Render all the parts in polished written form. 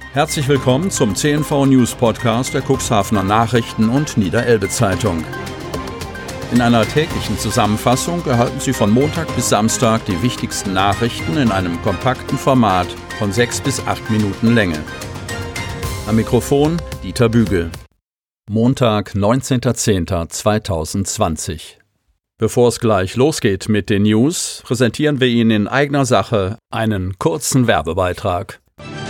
Herzlich willkommen zum CNV News Podcast der Cuxhavener Nachrichten und Niederelbe-Zeitung. In einer täglichen Zusammenfassung erhalten Sie von Montag bis Samstag die wichtigsten Nachrichten in einem kompakten Format von 6 bis 8 Minuten Länge. Am Mikrofon Dieter Bügel. Montag, 19.10.2020. Bevor es gleich losgeht mit den News, präsentieren wir Ihnen in eigener Sache einen kurzen Werbebeitrag.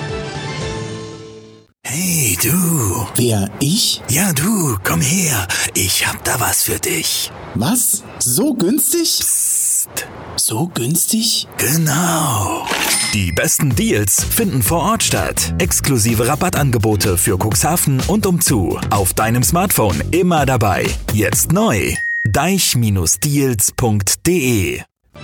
Hey, du. Wer, ich? Ja, du, komm her. Ich hab da was für dich. Was? So günstig? Psst. So günstig? Genau. Die besten Deals finden vor Ort statt. Exklusive Rabattangebote für Cuxhaven und umzu. Auf deinem Smartphone immer dabei. Jetzt neu. deich-deals.de.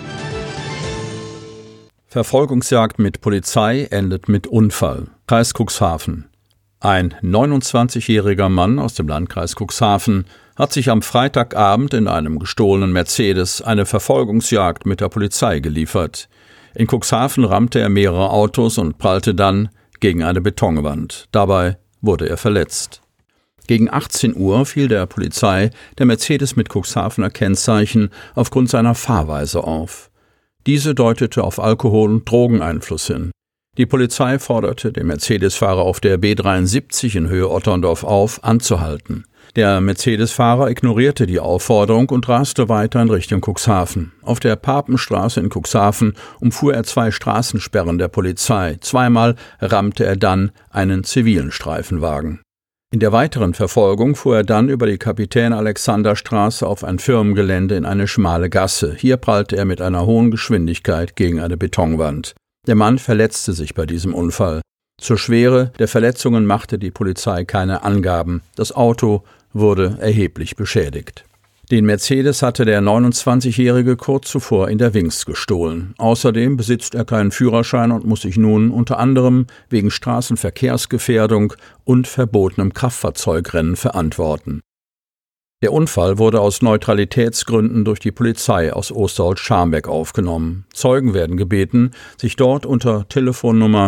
Verfolgungsjagd mit Polizei endet mit Unfall. Kreis Cuxhaven. Ein 29-jähriger Mann aus dem Landkreis Cuxhaven hat sich am Freitagabend in einem gestohlenen Mercedes eine Verfolgungsjagd mit der Polizei geliefert. In Cuxhaven rammte er mehrere Autos und prallte dann gegen eine Betonwand. Dabei wurde er verletzt. Gegen 18 Uhr fiel der Polizei der Mercedes mit Cuxhavener Kennzeichen aufgrund seiner Fahrweise auf. Diese deutete auf Alkohol- und Drogeneinfluss hin. Die Polizei forderte den Mercedes-Fahrer auf der B73 in Höhe Otterndorf auf, anzuhalten. Der Mercedes-Fahrer ignorierte die Aufforderung und raste weiter in Richtung Cuxhaven. Auf der Papenstraße in Cuxhaven umfuhr er 2 Straßensperren der Polizei. Zweimal rammte er dann einen zivilen Streifenwagen. In der weiteren Verfolgung fuhr er dann über die Kapitän-Alexander-Straße auf ein Firmengelände in eine schmale Gasse. Hier prallte er mit einer hohen Geschwindigkeit gegen eine Betonwand. Der Mann verletzte sich bei diesem Unfall. Zur Schwere der Verletzungen machte die Polizei keine Angaben. Das Auto wurde erheblich beschädigt. Den Mercedes hatte der 29-Jährige kurz zuvor in der Wings gestohlen. Außerdem besitzt er keinen Führerschein und muss sich nun unter anderem wegen Straßenverkehrsgefährdung und verbotenem Kraftfahrzeugrennen verantworten. Der Unfall wurde aus Neutralitätsgründen durch die Polizei aus Osterholz-Scharmbeck aufgenommen. Zeugen werden gebeten, sich dort unter Telefonnummer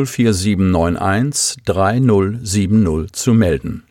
04791 3070 zu melden.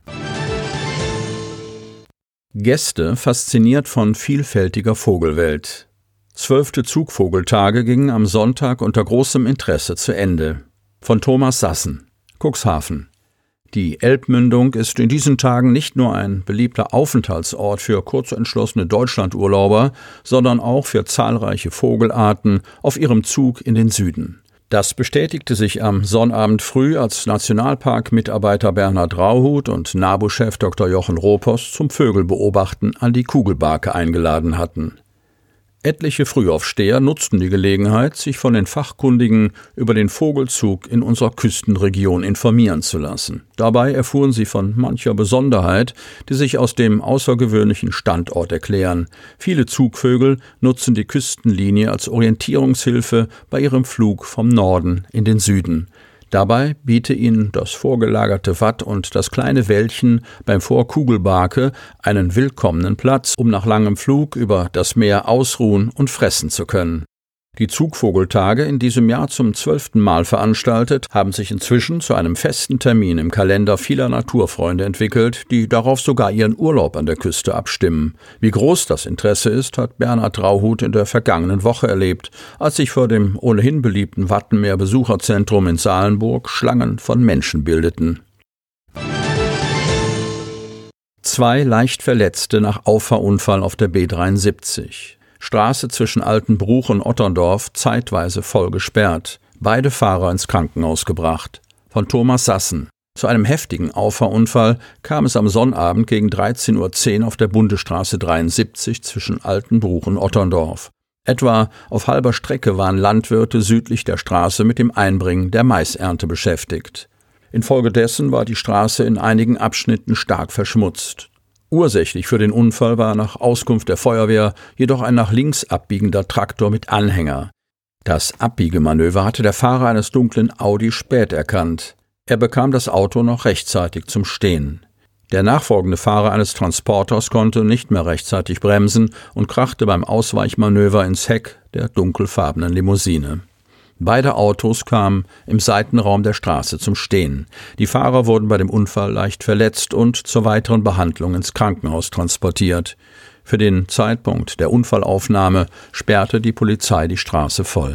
Gäste fasziniert von vielfältiger Vogelwelt. 12. Zugvogeltage gingen am Sonntag unter großem Interesse zu Ende. Von Thomas Sassen, Cuxhaven. Die Elbmündung ist in diesen Tagen nicht nur ein beliebter Aufenthaltsort für kurzentschlossene Deutschlandurlauber, sondern auch für zahlreiche Vogelarten auf ihrem Zug in den Süden. Das bestätigte sich am Sonnabend früh, als Nationalpark-Mitarbeiter Bernhard Rauhut und NABU-Chef Dr. Jochen Rohpost zum Vögelbeobachten an die Kugelbarke eingeladen hatten. Etliche Frühaufsteher nutzten die Gelegenheit, sich von den Fachkundigen über den Vogelzug in unserer Küstenregion informieren zu lassen. Dabei erfuhren sie von mancher Besonderheit, die sich aus dem außergewöhnlichen Standort erklären. Viele Zugvögel nutzen die Küstenlinie als Orientierungshilfe bei ihrem Flug vom Norden in den Süden. Dabei biete ihnen das vorgelagerte Watt und das kleine Wäldchen beim Fort Kugelbarke einen willkommenen Platz, um nach langem Flug über das Meer ausruhen und fressen zu können. Die Zugvogeltage, in diesem Jahr zum 12. Mal veranstaltet, haben sich inzwischen zu einem festen Termin im Kalender vieler Naturfreunde entwickelt, die darauf sogar ihren Urlaub an der Küste abstimmen. Wie groß das Interesse ist, hat Bernhard Rauhut in der vergangenen Woche erlebt, als sich vor dem ohnehin beliebten Wattenmeer-Besucherzentrum in Salenburg Schlangen von Menschen bildeten. 2 leicht Verletzte nach Auffahrunfall auf der B73. Straße zwischen Altenbruch und Otterndorf zeitweise voll gesperrt. Beide Fahrer ins Krankenhaus gebracht. Von Thomas Sassen. Zu einem heftigen Auffahrunfall kam es am Sonnabend gegen 13:10 Uhr auf der Bundesstraße 73 zwischen Altenbruch und Otterndorf. Etwa auf halber Strecke waren Landwirte südlich der Straße mit dem Einbringen der Maisernte beschäftigt. Infolgedessen war die Straße in einigen Abschnitten stark verschmutzt. Ursächlich für den Unfall war nach Auskunft der Feuerwehr jedoch ein nach links abbiegender Traktor mit Anhänger. Das Abbiegemanöver hatte der Fahrer eines dunklen Audi spät erkannt. Er bekam das Auto noch rechtzeitig zum Stehen. Der nachfolgende Fahrer eines Transporters konnte nicht mehr rechtzeitig bremsen und krachte beim Ausweichmanöver ins Heck der dunkelfarbenen Limousine. Beide Autos kamen im Seitenraum der Straße zum Stehen. Die Fahrer wurden bei dem Unfall leicht verletzt und zur weiteren Behandlung ins Krankenhaus transportiert. Für den Zeitpunkt der Unfallaufnahme sperrte die Polizei die Straße voll.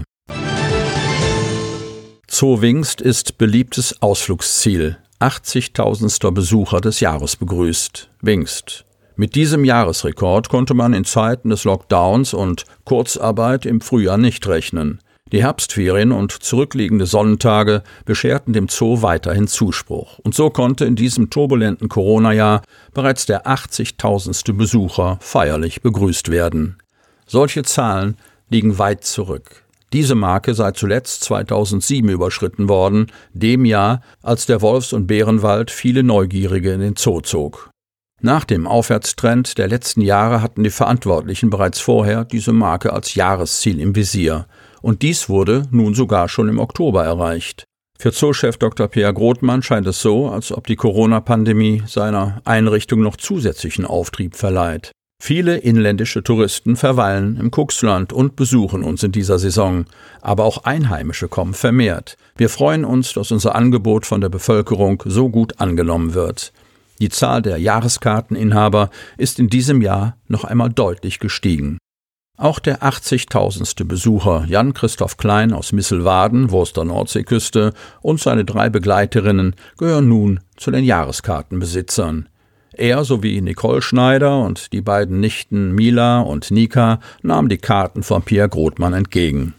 Zoo Wingst ist beliebtes Ausflugsziel. 80.000. Besucher des Jahres begrüßt. Wingst. Mit diesem Jahresrekord konnte man in Zeiten des Lockdowns und Kurzarbeit im Frühjahr nicht rechnen. Die Herbstferien und zurückliegende Sonnentage bescherten dem Zoo weiterhin Zuspruch. Und so konnte in diesem turbulenten Corona-Jahr bereits der 80.000. Besucher feierlich begrüßt werden. Solche Zahlen liegen weit zurück. Diese Marke sei zuletzt 2007 überschritten worden, dem Jahr, als der Wolfs- und Bärenwald viele Neugierige in den Zoo zog. Nach dem Aufwärtstrend der letzten Jahre hatten die Verantwortlichen bereits vorher diese Marke als Jahresziel im Visier. Und dies wurde nun sogar schon im Oktober erreicht. Für Zoochef Dr. Peer Grothmann scheint es so, als ob die Corona-Pandemie seiner Einrichtung noch zusätzlichen Auftrieb verleiht. Viele inländische Touristen verweilen im Cuxland und besuchen uns in dieser Saison. Aber auch Einheimische kommen vermehrt. Wir freuen uns, dass unser Angebot von der Bevölkerung so gut angenommen wird. Die Zahl der Jahreskarteninhaber ist in diesem Jahr noch einmal deutlich gestiegen. Auch der 80.000. Besucher Jan-Christoph Klein aus Misselwaden, Wurster Nordseeküste, und seine 3 Begleiterinnen gehören nun zu den Jahreskartenbesitzern. Er sowie Nicole Schneider und die beiden Nichten Mila und Nika nahmen die Karten von Peer Grothmann entgegen.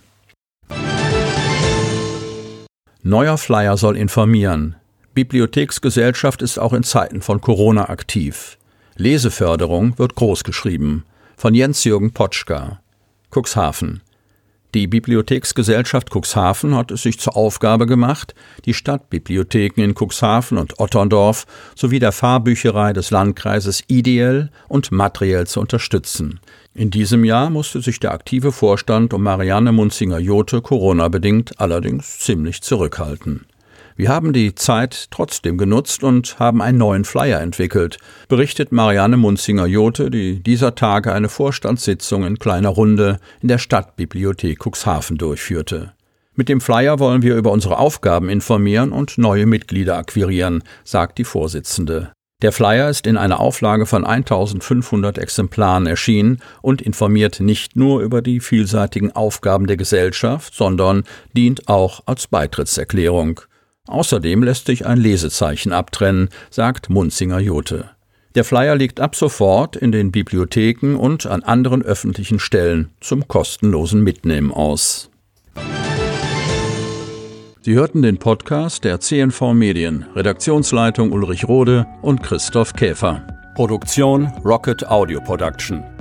Neuer Flyer soll informieren. Bibliotheksgesellschaft ist auch in Zeiten von Corona aktiv. Leseförderung wird großgeschrieben. Von Jens-Jürgen Potschka. Cuxhaven. Die Bibliotheksgesellschaft Cuxhaven hat es sich zur Aufgabe gemacht, die Stadtbibliotheken in Cuxhaven und Otterndorf sowie der Pfarrbücherei des Landkreises ideell und materiell zu unterstützen. In diesem Jahr musste sich der aktive Vorstand um Marianne Munzinger-Jothe Corona-bedingt allerdings ziemlich zurückhalten. Wir haben die Zeit trotzdem genutzt und haben einen neuen Flyer entwickelt, berichtet Marianne Munzinger-Jothe, die dieser Tage eine Vorstandssitzung in kleiner Runde in der Stadtbibliothek Cuxhaven durchführte. Mit dem Flyer wollen wir über unsere Aufgaben informieren und neue Mitglieder akquirieren, sagt die Vorsitzende. Der Flyer ist in einer Auflage von 1.500 Exemplaren erschienen und informiert nicht nur über die vielseitigen Aufgaben der Gesellschaft, sondern dient auch als Beitrittserklärung. Außerdem lässt sich ein Lesezeichen abtrennen, sagt Munzinger-Jothe. Der Flyer liegt ab sofort in den Bibliotheken und an anderen öffentlichen Stellen zum kostenlosen Mitnehmen aus. Sie hörten den Podcast der CNV Medien, Redaktionsleitung Ulrich Rode und Christoph Käfer. Produktion Rocket Audio Production.